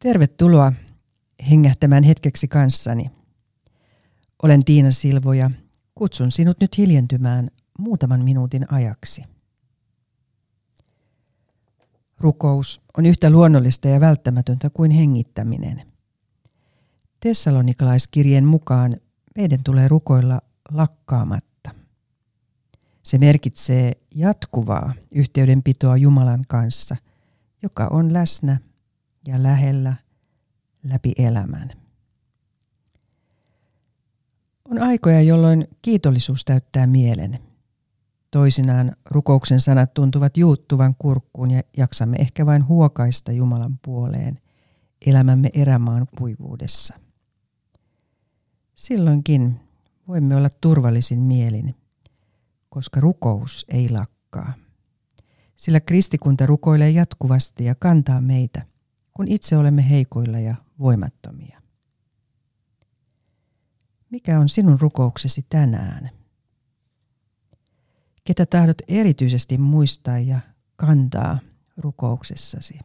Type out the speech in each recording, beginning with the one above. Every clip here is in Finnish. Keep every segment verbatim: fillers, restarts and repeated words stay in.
Tervetuloa hengähtämään hetkeksi kanssani. Olen Tiina Silvo ja kutsun sinut nyt hiljentymään muutaman minuutin ajaksi. Rukous on yhtä luonnollista ja välttämätöntä kuin hengittäminen. Tessalonikalaiskirjeen mukaan meidän tulee rukoilla lakkaamatta. Se merkitsee jatkuvaa yhteydenpitoa Jumalan kanssa, joka on läsnä ja lähellä läpi elämän. On aikoja, jolloin kiitollisuus täyttää mielen. Toisinaan rukouksen sanat tuntuvat juuttuvan kurkkuun ja jaksamme ehkä vain huokaista Jumalan puoleen elämämme erämaan kuivuudessa. Silloinkin voimme olla turvallisin mielin, koska rukous ei lakkaa. Sillä kristikunta rukoilee jatkuvasti ja kantaa meitä, kun itse olemme heikoilla ja voimattomia. Mikä on sinun rukouksesi tänään? Ketä tahdot erityisesti muistaa ja kantaa rukouksessasi?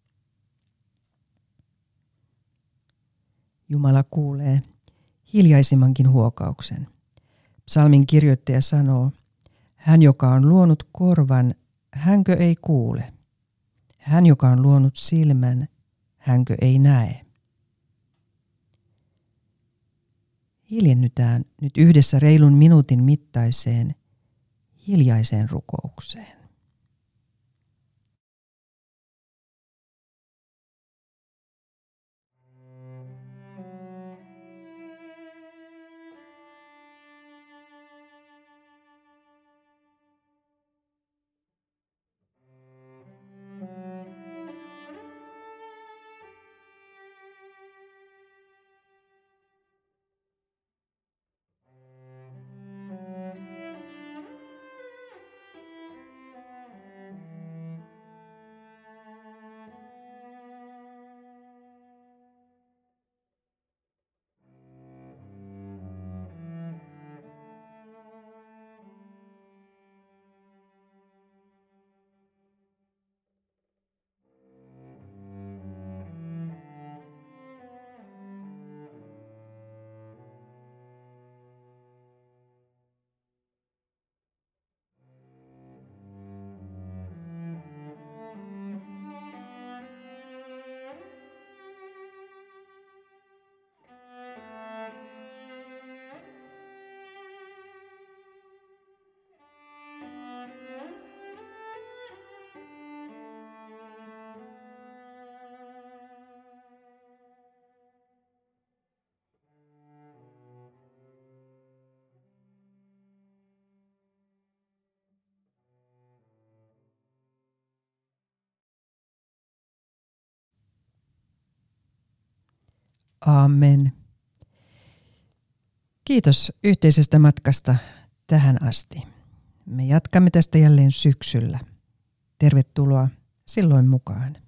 Jumala kuulee hiljaisimmankin huokauksen. Psalmin kirjoittaja sanoo, hän joka on luonut korvan, hänkö ei kuule? Hän joka on luonut silmän, hänkö ei näe? Hiljennytään nyt yhdessä reilun minuutin mittaiseen hiljaiseen rukoukseen. Amen. Kiitos yhteisestä matkasta tähän asti. Me jatkamme tästä jälleen syksyllä. Tervetuloa silloin mukaan.